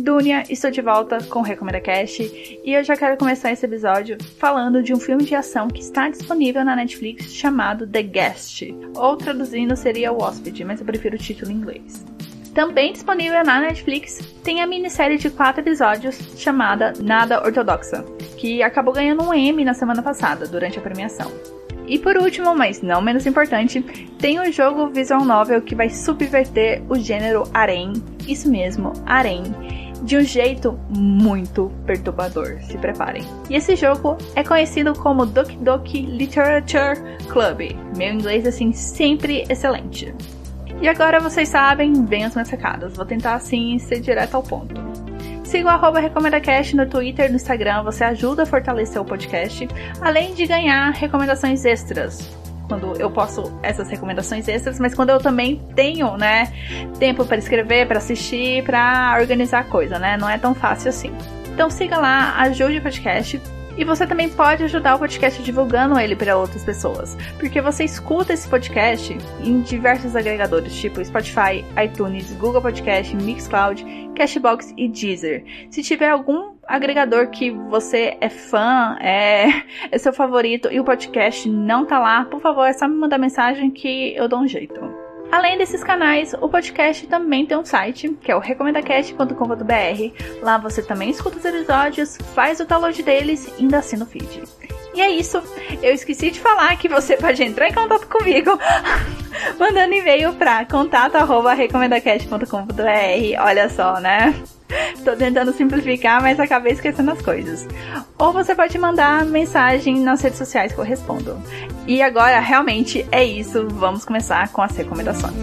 Dunia, estou de volta com o Recomenda Cast e eu já quero começar esse episódio falando de um filme de ação que está disponível na Netflix chamado The Guest, ou traduzindo seria O Hóspede, mas eu prefiro o título em inglês. Também disponível na Netflix tem a minissérie de 4 episódios chamada Nada Ortodoxa, que acabou ganhando um Emmy na semana passada, durante a premiação. E por último, mas não menos importante, tem o jogo visual novel que vai subverter o gênero harem, isso mesmo, harem, de um jeito muito perturbador, se preparem. E esse jogo é conhecido como Doki Doki Literature Club, meu inglês assim sempre excelente. E agora vocês sabem bem os meus recados, vou tentar assim ser direto ao ponto. Siga o @RecomendaCast no Twitter e no Instagram, você ajuda a fortalecer o podcast, além de ganhar recomendações extras. Quando eu posto essas recomendações extras, mas quando eu também tenho, tempo para escrever, para assistir, para organizar a coisa, não é tão fácil assim. Então siga lá, ajude o podcast. E você também pode ajudar o podcast divulgando ele para outras pessoas, porque você escuta esse podcast em diversos agregadores, tipo Spotify, iTunes, Google Podcast, Mixcloud, Cashbox e Deezer. Se tiver algum agregador que você é fã, é seu favorito e o podcast não tá lá, por favor, é só me mandar mensagem que eu dou um jeito. Além desses canais, o podcast também tem um site, que é o recomendacast.com.br. Lá você também escuta os episódios, faz o download deles e ainda assina o feed. E é isso, eu esqueci de falar que você pode entrar em contato comigo mandando e-mail para contato@recomendacast.com.br. Olha só, Tô tentando simplificar, mas acabei esquecendo as coisas. Ou você pode mandar mensagem nas redes sociais que eu respondo. E agora, realmente, é isso. Vamos começar com as recomendações.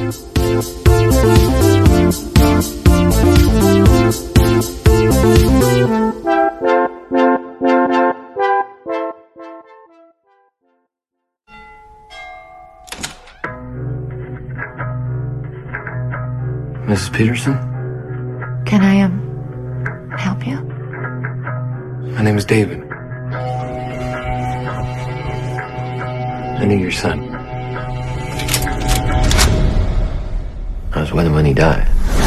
Mrs. Peterson? Can I, help you? My name is David. I knew your son. I was with him when he died.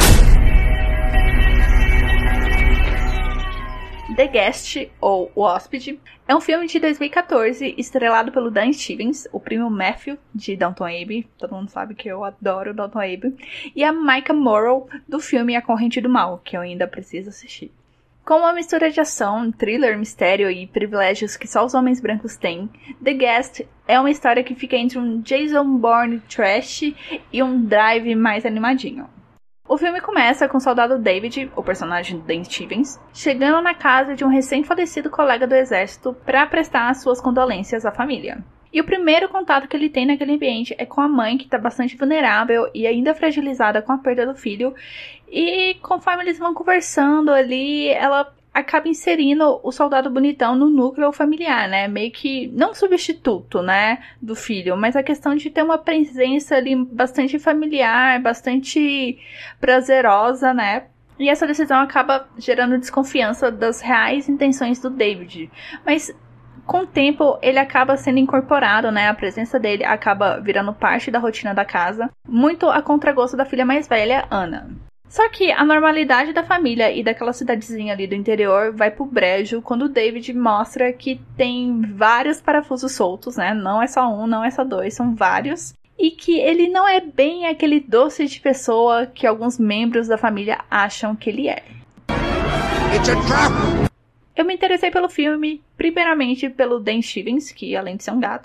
The Guest, ou O Hóspede, é um filme de 2014 estrelado pelo Dan Stevens, o primo Matthew de Downton Abbey, todo mundo sabe que eu adoro Downton Abbey, e a Maika Morrow do filme A Corrente do Mal, que eu ainda preciso assistir. Com uma mistura de ação, thriller, mistério e privilégios que só os homens brancos têm, The Guest é uma história que fica entre um Jason Bourne trash e um drive mais animadinho. O filme começa com o soldado David, o personagem do Dan Stevens, chegando na casa de um recém-falecido colega do exército para prestar suas condolências à família. E o primeiro contato que ele tem naquele ambiente é com a mãe, que está bastante vulnerável e ainda fragilizada com a perda do filho. E conforme eles vão conversando ali, ela acaba inserindo o soldado bonitão no núcleo familiar, Meio que, não substituto, do filho, mas a questão de ter uma presença ali bastante familiar, bastante prazerosa, E essa decisão acaba gerando desconfiança das reais intenções do David. Mas com o tempo, ele acaba sendo incorporado, A presença dele acaba virando parte da rotina da casa, muito a contragosto da filha mais velha, Anna. Só que a normalidade da família e daquela cidadezinha ali do interior vai pro brejo quando o David mostra que tem vários parafusos soltos, Não é só um, não é só dois, são vários. E que ele não é bem aquele doce de pessoa que alguns membros da família acham que ele é. It's a trap! Eu me interessei pelo filme, primeiramente pelo Dan Stevens, que além de ser um gato,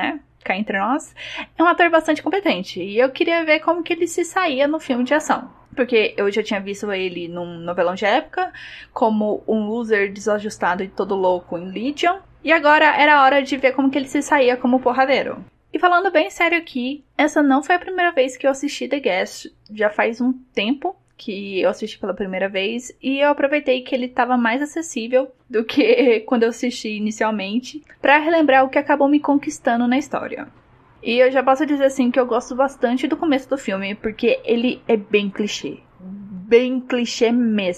cá entre nós, é um ator bastante competente. E eu queria ver como que ele se saía no filme de ação. Porque eu já tinha visto ele num novelão de época, como um loser desajustado e todo louco em Legion. E agora era a hora de ver como que ele se saía como porradeiro. E falando bem sério aqui, essa não foi a primeira vez que eu assisti The Guest. Já faz um tempo que eu assisti pela primeira vez. E eu aproveitei que ele estava mais acessível do que quando eu assisti inicialmente, para relembrar o que acabou me conquistando na história. E eu já posso dizer assim que eu gosto bastante do começo do filme, porque ele é bem clichê. Bem clichê mesmo.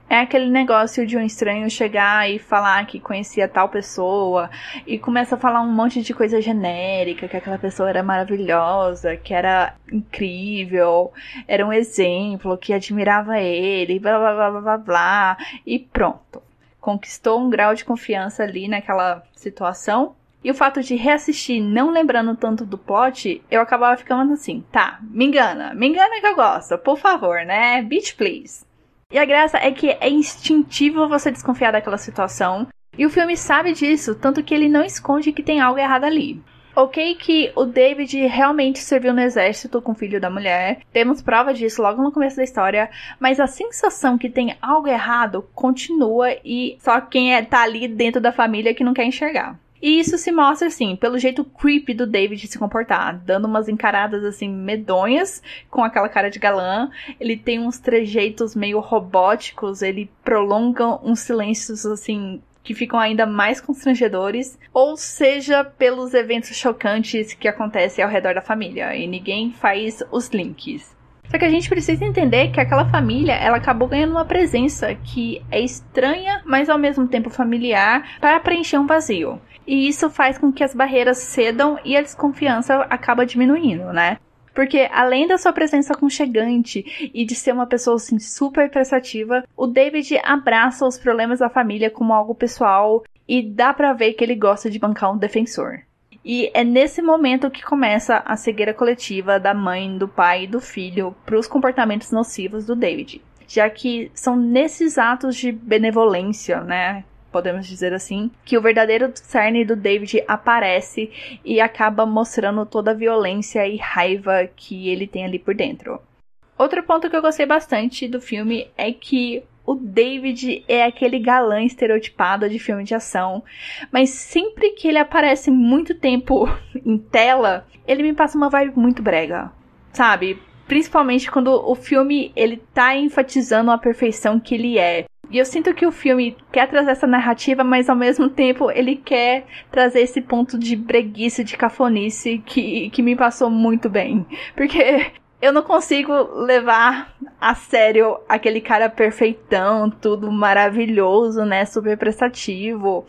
É aquele negócio de um estranho chegar e falar que conhecia tal pessoa e começa a falar um monte de coisa genérica, que aquela pessoa era maravilhosa, que era incrível, era um exemplo, que admirava ele, blá blá blá blá blá blá, e pronto. Conquistou um grau de confiança ali naquela situação. E o fato de reassistir não lembrando tanto do plot, eu acabava ficando assim, tá, me engana que eu gosto, por favor, né, bitch please. E a graça é que é instintivo você desconfiar daquela situação, e o filme sabe disso, tanto que ele não esconde que tem algo errado ali. Ok que o David realmente serviu no exército com o filho da mulher, temos prova disso logo no começo da história, mas a sensação que tem algo errado continua e só quem tá ali dentro da família que não quer enxergar. E isso se mostra, assim, pelo jeito creepy do David se comportar, dando umas encaradas, assim, medonhas, com aquela cara de galã. Ele tem uns trejeitos meio robóticos, ele prolonga uns silêncios, assim, que ficam ainda mais constrangedores, ou seja, pelos eventos chocantes que acontecem ao redor da família, e ninguém faz os links. Só que a gente precisa entender que aquela família, ela acabou ganhando uma presença que é estranha, mas ao mesmo tempo familiar, para preencher um vazio. E isso faz com que as barreiras cedam e a desconfiança acaba diminuindo, né? Porque além da sua presença aconchegante e de ser uma pessoa assim super prestativa, o David abraça os problemas da família como algo pessoal e dá pra ver que ele gosta de bancar um defensor. E é nesse momento que começa a cegueira coletiva da mãe, do pai e do filho para os comportamentos nocivos do David. Já que são nesses atos de benevolência, né, podemos dizer assim, que o verdadeiro cerne do David aparece e acaba mostrando toda a violência e raiva que ele tem ali por dentro. Outro ponto que eu gostei bastante do filme é que o David é aquele galã estereotipado de filme de ação, mas sempre que ele aparece muito tempo em tela, ele me passa uma vibe muito brega, sabe? Principalmente quando o filme ele tá enfatizando a perfeição que ele é. E eu sinto que o filme quer trazer essa narrativa, mas ao mesmo tempo ele quer trazer esse ponto de breguice, de cafonice que me passou muito bem. Porque eu não consigo levar a sério aquele cara perfeitão, tudo maravilhoso, né? Super prestativo,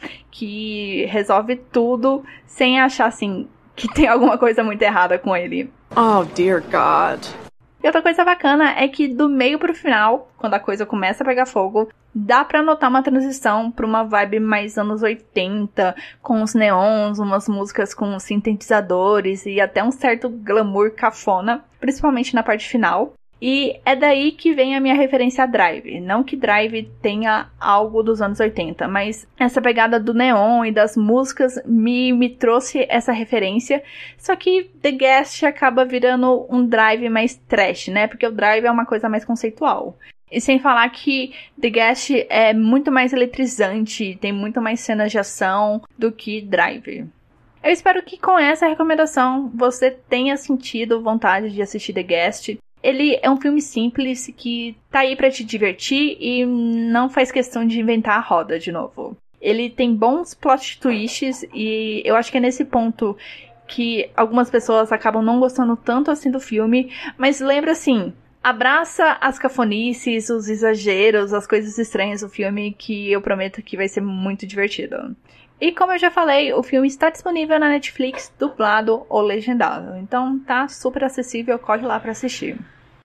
que resolve tudo sem achar, assim, que tem alguma coisa muito errada com ele. Oh, dear God. E outra coisa bacana é que do meio pro final, quando a coisa começa a pegar fogo, dá pra notar uma transição pra uma vibe mais anos 80, com os neons, umas músicas com sintetizadores e até um certo glamour cafona, principalmente na parte final. E é daí que vem a minha referência a Drive. Não que Drive tenha algo dos anos 80, mas essa pegada do neon e das músicas me trouxe essa referência. Só que The Guest acaba virando um Drive mais trash, né? Porque o Drive é uma coisa mais conceitual. E sem falar que The Guest é muito mais eletrizante, tem muito mais cenas de ação do que Drive. Eu espero que com essa recomendação você tenha sentido vontade de assistir The Guest. Ele é um filme simples que tá aí pra te divertir e não faz questão de inventar a roda de novo. Ele tem bons plot twists e eu acho que é nesse ponto que algumas pessoas acabam não gostando tanto assim do filme, mas lembra assim, abraça as cafonices, os exageros, as coisas estranhas do filme que eu prometo que vai ser muito divertido. E como eu já falei, o filme está disponível na Netflix, dublado ou legendado. Então tá super acessível, corre lá pra assistir.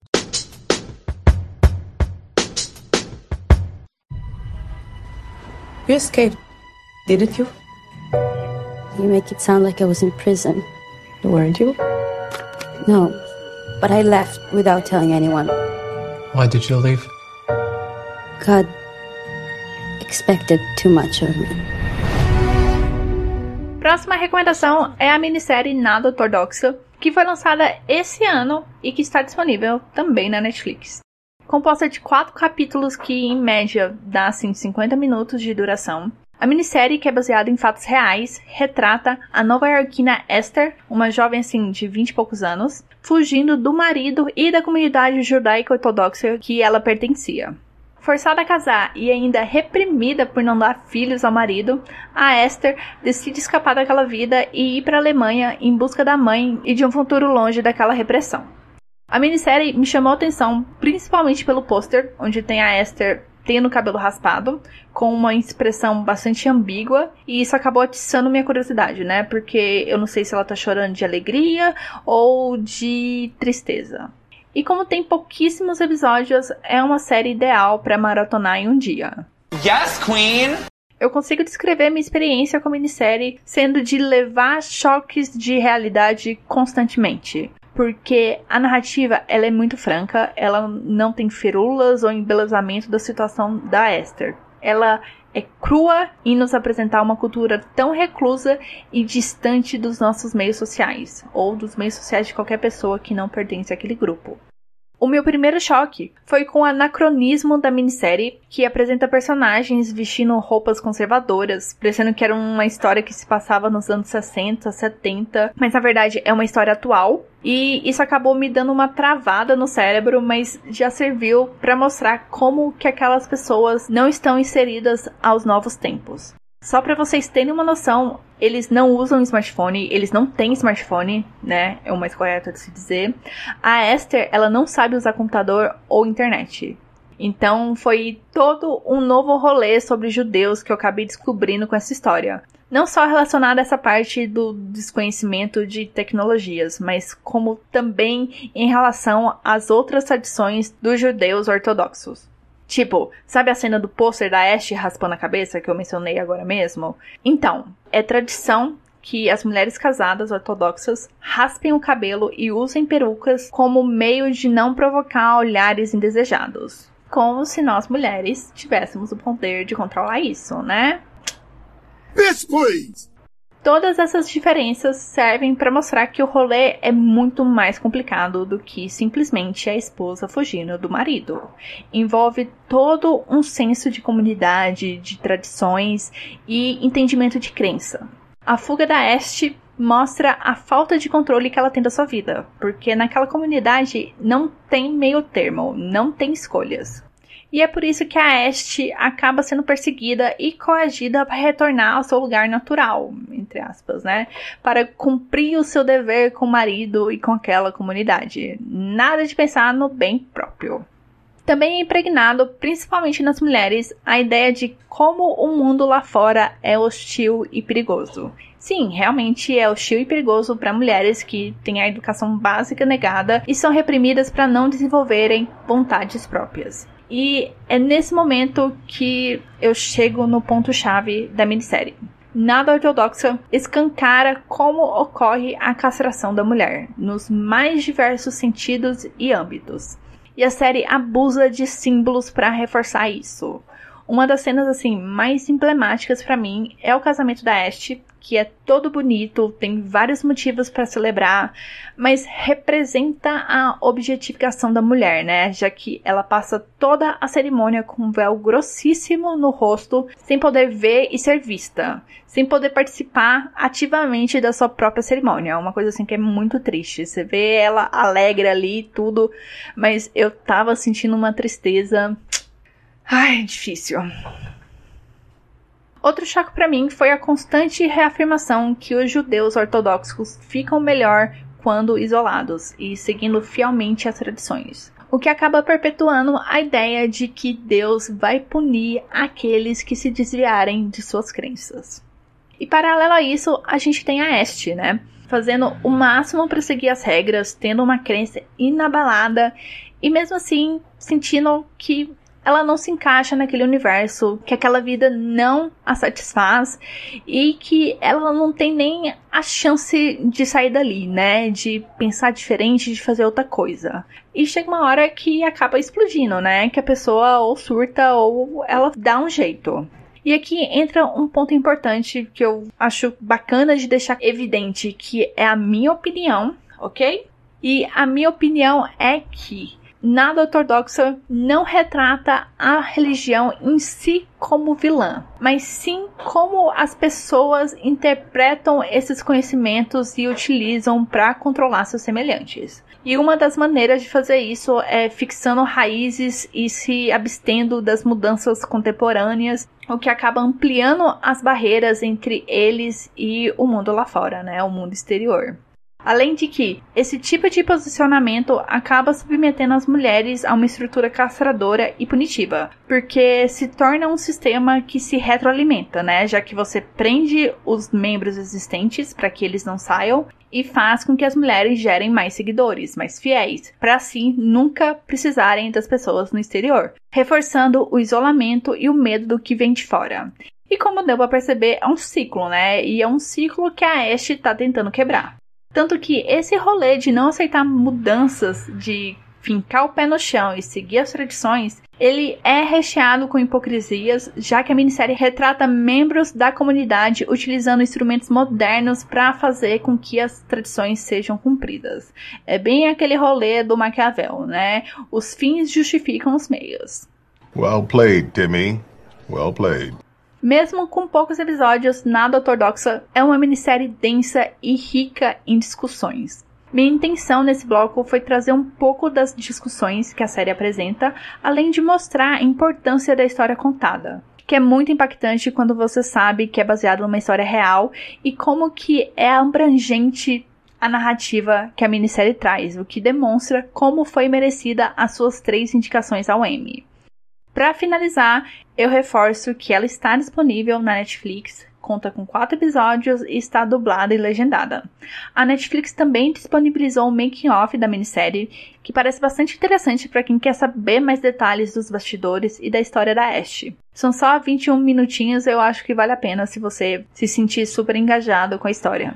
You escaped, didn't you? You make it sound like I was in prison. Weren't you? No, but I left without telling anyone. Why did you leave? God expected too much of me. Próxima recomendação é a minissérie Nada Ortodoxa, que foi lançada esse ano e que está disponível também na Netflix. Composta de 4 capítulos que, em média, dá assim 50 minutos de duração. A minissérie, que é baseada em fatos reais, retrata a nova-iorquina Esther, uma jovem assim de 20 e poucos anos, fugindo do marido e da comunidade judaico-ortodoxa que ela pertencia. Forçada a casar e ainda reprimida por não dar filhos ao marido, a Esther decide escapar daquela vida e ir para a Alemanha em busca da mãe e de um futuro longe daquela repressão. A minissérie me chamou a atenção principalmente pelo pôster, onde tem a Esther tendo o cabelo raspado, com uma expressão bastante ambígua, e isso acabou atiçando minha curiosidade, né? Porque eu não sei se ela tá chorando de alegria ou de tristeza. E como tem pouquíssimos episódios, é uma série ideal para maratonar em um dia. Yes, Queen! Eu consigo descrever minha experiência com a minissérie sendo de levar choques de realidade constantemente. Porque a narrativa ela é muito franca, ela não tem firulas ou embelezamento da situação da Esther. Ela é crua em nos apresentar uma cultura tão reclusa e distante dos nossos meios sociais, ou dos meios sociais de qualquer pessoa que não pertence àquele grupo. O meu primeiro choque foi com o anacronismo da minissérie, que apresenta personagens vestindo roupas conservadoras, parecendo que era uma história que se passava nos anos 60, 70, mas na verdade é uma história atual, e isso acabou me dando uma travada no cérebro, mas já serviu para mostrar como que aquelas pessoas não estão inseridas aos novos tempos. Só para vocês terem uma noção, eles não usam smartphone, eles não têm smartphone, né? É o mais correto de se dizer. A Esther, ela não sabe usar computador ou internet. Então foi todo um novo rolê sobre judeus que eu acabei descobrindo com essa história. Não só relacionada a essa parte do desconhecimento de tecnologias, mas como também em relação às outras tradições dos judeus ortodoxos. Tipo, sabe a cena do pôster da Ashe raspando a cabeça que eu mencionei agora mesmo? Então, é tradição que as mulheres casadas ortodoxas raspem o cabelo e usem perucas como meio de não provocar olhares indesejados. Como se nós mulheres tivéssemos o poder de controlar isso, né? Bitch, please! Todas essas diferenças servem para mostrar que o rolê é muito mais complicado do que simplesmente a esposa fugindo do marido. Envolve todo um senso de comunidade, de tradições e entendimento de crença. A fuga da Ashe mostra a falta de controle que ela tem da sua vida, porque naquela comunidade não tem meio termo, não tem escolhas. E é por isso que a Ashe acaba sendo perseguida e coagida para retornar ao seu lugar natural, entre aspas, né? Para cumprir o seu dever com o marido e com aquela comunidade. Nada de pensar no bem próprio. Também é impregnado, principalmente nas mulheres, a ideia de como o mundo lá fora é hostil e perigoso. Sim, realmente é hostil e perigoso para mulheres que têm a educação básica negada e são reprimidas para não desenvolverem vontades próprias. E é nesse momento que eu chego no ponto-chave da minissérie. Nada ortodoxa escancara como ocorre a castração da mulher, nos mais diversos sentidos e âmbitos. E a série abusa de símbolos para reforçar isso. Uma das cenas assim mais emblemáticas para mim é o casamento da Ashe, que é todo bonito, tem vários motivos para celebrar, mas representa a objetificação da mulher, né? Já que ela passa toda a cerimônia com um véu grossíssimo no rosto, sem poder ver e ser vista, sem poder participar ativamente da sua própria cerimônia. É uma coisa assim que é muito triste. Você vê ela alegre ali e tudo, mas eu tava sentindo uma tristeza. Ai, difícil. Outro choque para mim foi a constante reafirmação que os judeus ortodoxos ficam melhor quando isolados e seguindo fielmente as tradições. O que acaba perpetuando a ideia de que Deus vai punir aqueles que se desviarem de suas crenças. E paralelo a isso, a gente tem a Ashe, né? Fazendo o máximo para seguir as regras, tendo uma crença inabalada e mesmo assim sentindo que ela não se encaixa naquele universo, que aquela vida não a satisfaz e que ela não tem nem a chance de sair dali, né? De pensar diferente, de fazer outra coisa. E chega uma hora que acaba explodindo, né? Que a pessoa ou surta ou ela dá um jeito. E aqui entra um ponto importante que eu acho bacana de deixar evidente, que é a minha opinião, ok? E a minha opinião é que nada ortodoxa não retrata a religião em si como vilã, mas sim como as pessoas interpretam esses conhecimentos e utilizam para controlar seus semelhantes. E uma das maneiras de fazer isso é fixando raízes e se abstendo das mudanças contemporâneas, o que acaba ampliando as barreiras entre eles e o mundo lá fora, né, o mundo exterior. Além de que esse tipo de posicionamento acaba submetendo as mulheres a uma estrutura castradora e punitiva, porque se torna um sistema que se retroalimenta, né? Já que você prende os membros existentes para que eles não saiam e faz com que as mulheres gerem mais seguidores, mais fiéis, para assim nunca precisarem das pessoas no exterior, reforçando o isolamento e o medo do que vem de fora. E como deu para perceber, é um ciclo, né? E é um ciclo que a Ashe tá tentando quebrar. Tanto que esse rolê de não aceitar mudanças, de fincar o pé no chão e seguir as tradições, ele é recheado com hipocrisias, já que a minissérie retrata membros da comunidade utilizando instrumentos modernos para fazer com que as tradições sejam cumpridas. É bem aquele rolê do Maquiavel, né? Os fins justificam os meios. Well played, Timmy. Well played. Mesmo com poucos episódios, nada ortodoxa, é uma minissérie densa e rica em discussões. Minha intenção nesse bloco foi trazer um pouco das discussões que a série apresenta, além de mostrar a importância da história contada, que é muito impactante quando você sabe que é baseado numa história real e como que é abrangente a narrativa que a minissérie traz, o que demonstra como foi merecida as suas 3 indicações ao Emmy. Para finalizar, eu reforço que ela está disponível na Netflix, conta com 4 episódios e está dublada e legendada. A Netflix também disponibilizou um making-of da minissérie, que parece bastante interessante para quem quer saber mais detalhes dos bastidores e da história da Ashe. São só 21 minutinhos, eu acho que vale a pena se você se sentir super engajado com a história.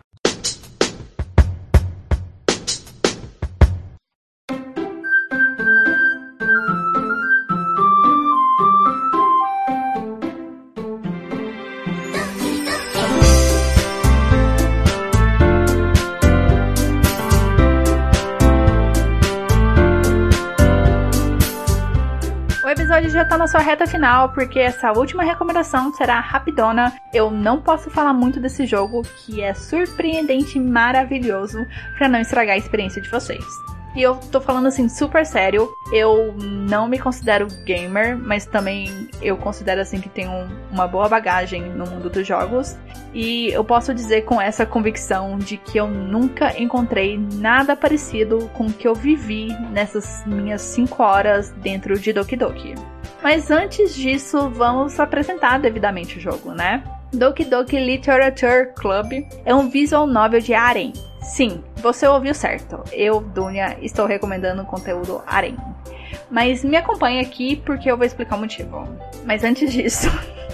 O episódio já tá na sua reta final, porque essa última recomendação será rapidona. Eu não posso falar muito desse jogo, que é surpreendente e maravilhoso, pra não estragar a experiência de vocês. E eu tô falando assim super sério, eu não me considero gamer, mas também eu considero assim que tenho uma boa bagagem no mundo dos jogos. E eu posso dizer com essa convicção de que eu nunca encontrei nada parecido com o que eu vivi nessas minhas 5 horas dentro de Doki Doki. Mas antes disso, vamos apresentar devidamente o jogo, né? Doki Doki Literature Club é um visual novel de harem. Sim, você ouviu certo. Eu, Dunia, estou recomendando o conteúdo harem. Mas me acompanhe aqui porque eu vou explicar o motivo. Mas antes disso...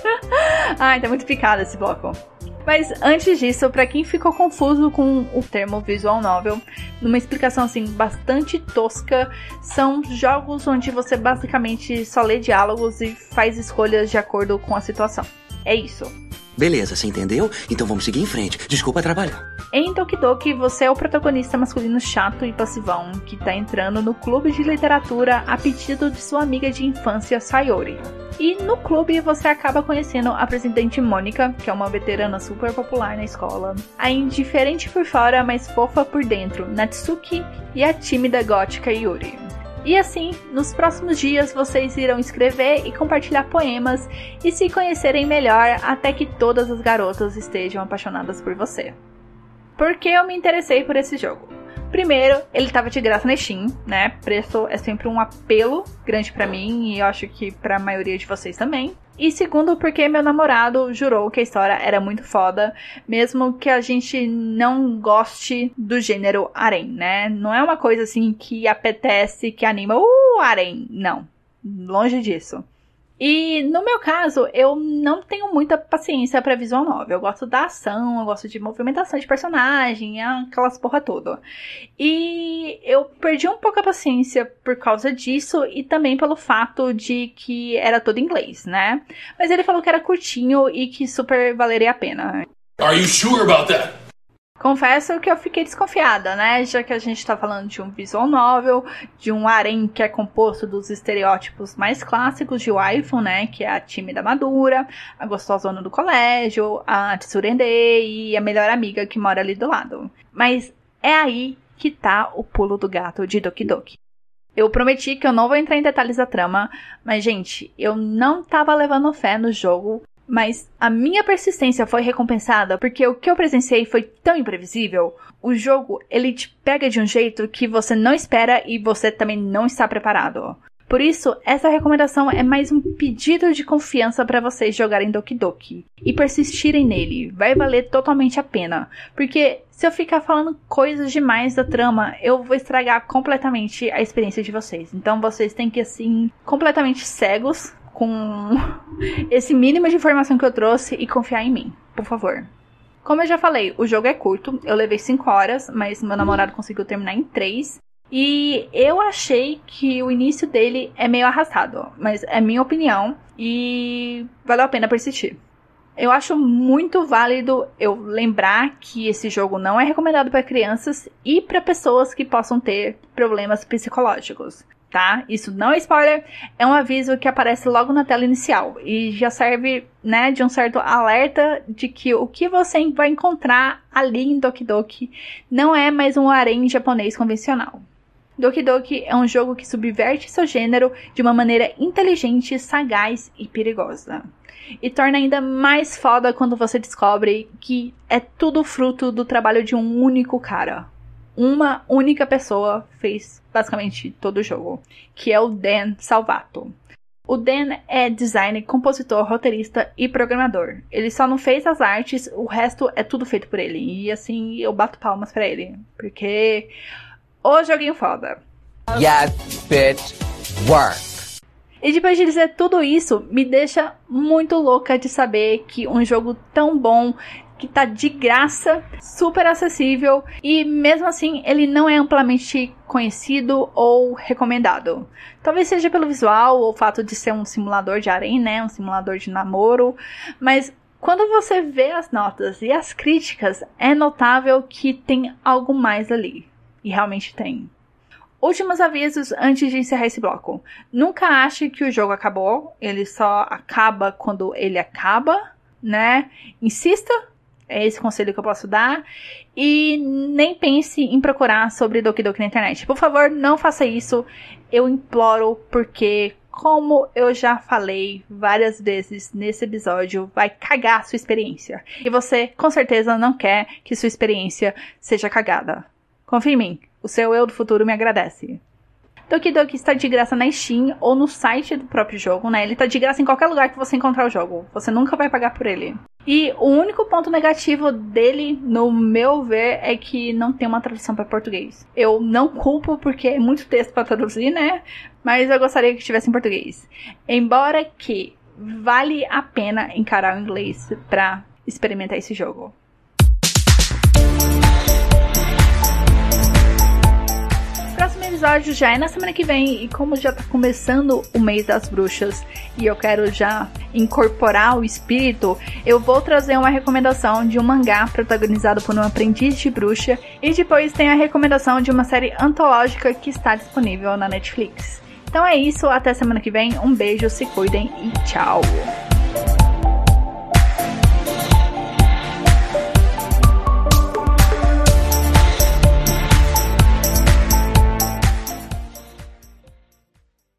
Ai, tá muito picado esse bloco. Mas antes disso, pra quem ficou confuso com o termo visual novel, numa explicação assim bastante tosca, são jogos onde você basicamente só lê diálogos e faz escolhas de acordo com a situação. É isso. Beleza, você entendeu? Então vamos seguir em frente. Desculpa atrapalhar. Em Doki Doki, você é o protagonista masculino chato e passivão que tá entrando no clube de literatura a pedido de sua amiga de infância, Sayori. E no clube você acaba conhecendo a presidente Mônica, que é uma veterana super popular na escola, a indiferente por fora, mas fofa por dentro, Natsuki, e a tímida gótica Yuri. E assim, nos próximos dias vocês irão escrever e compartilhar poemas e se conhecerem melhor até que todas as garotas estejam apaixonadas por você. Por que eu me interessei por esse jogo? Primeiro, ele estava de graça na Steam, né? Preço é sempre um apelo grande pra mim e eu acho que pra maioria de vocês também. E segundo, porque meu namorado jurou que a história era muito foda, mesmo que a gente não goste do gênero harem, né? Não é uma coisa assim que apetece, que anima, harem, não. Longe disso. E no meu caso, eu não tenho muita paciência pra visual novel. Eu gosto da ação, eu gosto de movimentação de personagem, aquelas porra toda. E eu perdi um pouco a paciência por causa disso e também pelo fato de que era todo em inglês, né? Mas ele falou que era curtinho e que super valeria a pena. Are you sure about that? Confesso que eu fiquei desconfiada, né? Já que a gente tá falando de um visual novel, de um harem que é composto dos estereótipos mais clássicos de waifu, né? Que é a tímida madura, a gostosona do colégio, a tsurende e a melhor amiga que mora ali do lado. Mas é aí que tá o pulo do gato de Doki Doki. Eu prometi que eu não vou entrar em detalhes da trama, mas gente, eu não tava levando fé no jogo, Mas a minha persistência foi recompensada porque o que eu presenciei foi tão imprevisível. O jogo, ele te pega de um jeito que você não espera e você também não está preparado. Por isso, essa recomendação é mais um pedido de confiança para vocês jogarem Doki Doki e persistirem nele. Vai valer totalmente a pena, porque se eu ficar falando coisas demais da trama, eu vou estragar completamente a experiência de vocês. Então vocês têm que ir assim, completamente cegos com esse mínimo de informação que eu trouxe e confiar em mim, por favor. Como eu já falei, o jogo é curto, eu levei 5 horas, mas meu namorado conseguiu terminar em 3. E eu achei que o início dele é meio arrastado, mas é minha opinião e valeu a pena persistir. Eu acho muito válido eu lembrar que esse jogo não é recomendado para crianças e para pessoas que possam ter problemas psicológicos, tá? Isso não é spoiler, é um aviso que aparece logo na tela inicial e já serve, né, de um certo alerta de que o que você vai encontrar ali em Doki Doki não é mais um harém japonês convencional. Doki Doki é um jogo que subverte seu gênero de uma maneira inteligente, sagaz e perigosa. E torna ainda mais foda quando você descobre que é tudo fruto do trabalho de um único cara. Uma única pessoa fez basicamente todo o jogo, que é o Dan Salvato. O Dan é designer, compositor, roteirista e programador. Ele só não fez as artes, o resto é tudo feito por ele. E assim, eu bato palmas pra ele, porque o joguinho foda. Yes, bitch, work. E depois de dizer tudo isso, me deixa muito louca de saber que um jogo tão bom, que tá de graça, super acessível, e mesmo assim ele não é amplamente conhecido ou recomendado. Talvez seja pelo visual, ou o fato de ser um simulador de harém, né, um simulador de namoro, mas quando você vê as notas e as críticas, é notável que tem algo mais ali. E realmente tem. Últimos avisos antes de encerrar esse bloco. Nunca ache que o jogo acabou. Ele só acaba quando ele acaba, né? Insista. É esse conselho que eu posso dar. E nem pense em procurar sobre Doki Doki na internet. Por favor, não faça isso. Eu imploro, porque, como eu já falei várias vezes nesse episódio, vai cagar a sua experiência. E você, com certeza, não quer que sua experiência seja cagada. Confia em mim, o seu eu do futuro me agradece. Doki Doki está de graça na Steam ou no site do próprio jogo, né? Ele está de graça em qualquer lugar que você encontrar o jogo. Você nunca vai pagar por ele. E o único ponto negativo dele, no meu ver, é que não tem uma tradução para português. Eu não culpo porque é muito texto para traduzir, né? Mas eu gostaria que tivesse em português. Embora que vale a pena encarar o inglês para experimentar esse jogo. O próximo episódio já é na semana que vem, e como já tá começando o mês das bruxas e eu quero já incorporar o espírito, eu vou trazer uma recomendação de um mangá protagonizado por um aprendiz de bruxa, e depois tem a recomendação de uma série antológica que está disponível na Netflix. Então é isso, até semana que vem, um beijo, se cuidem e tchau!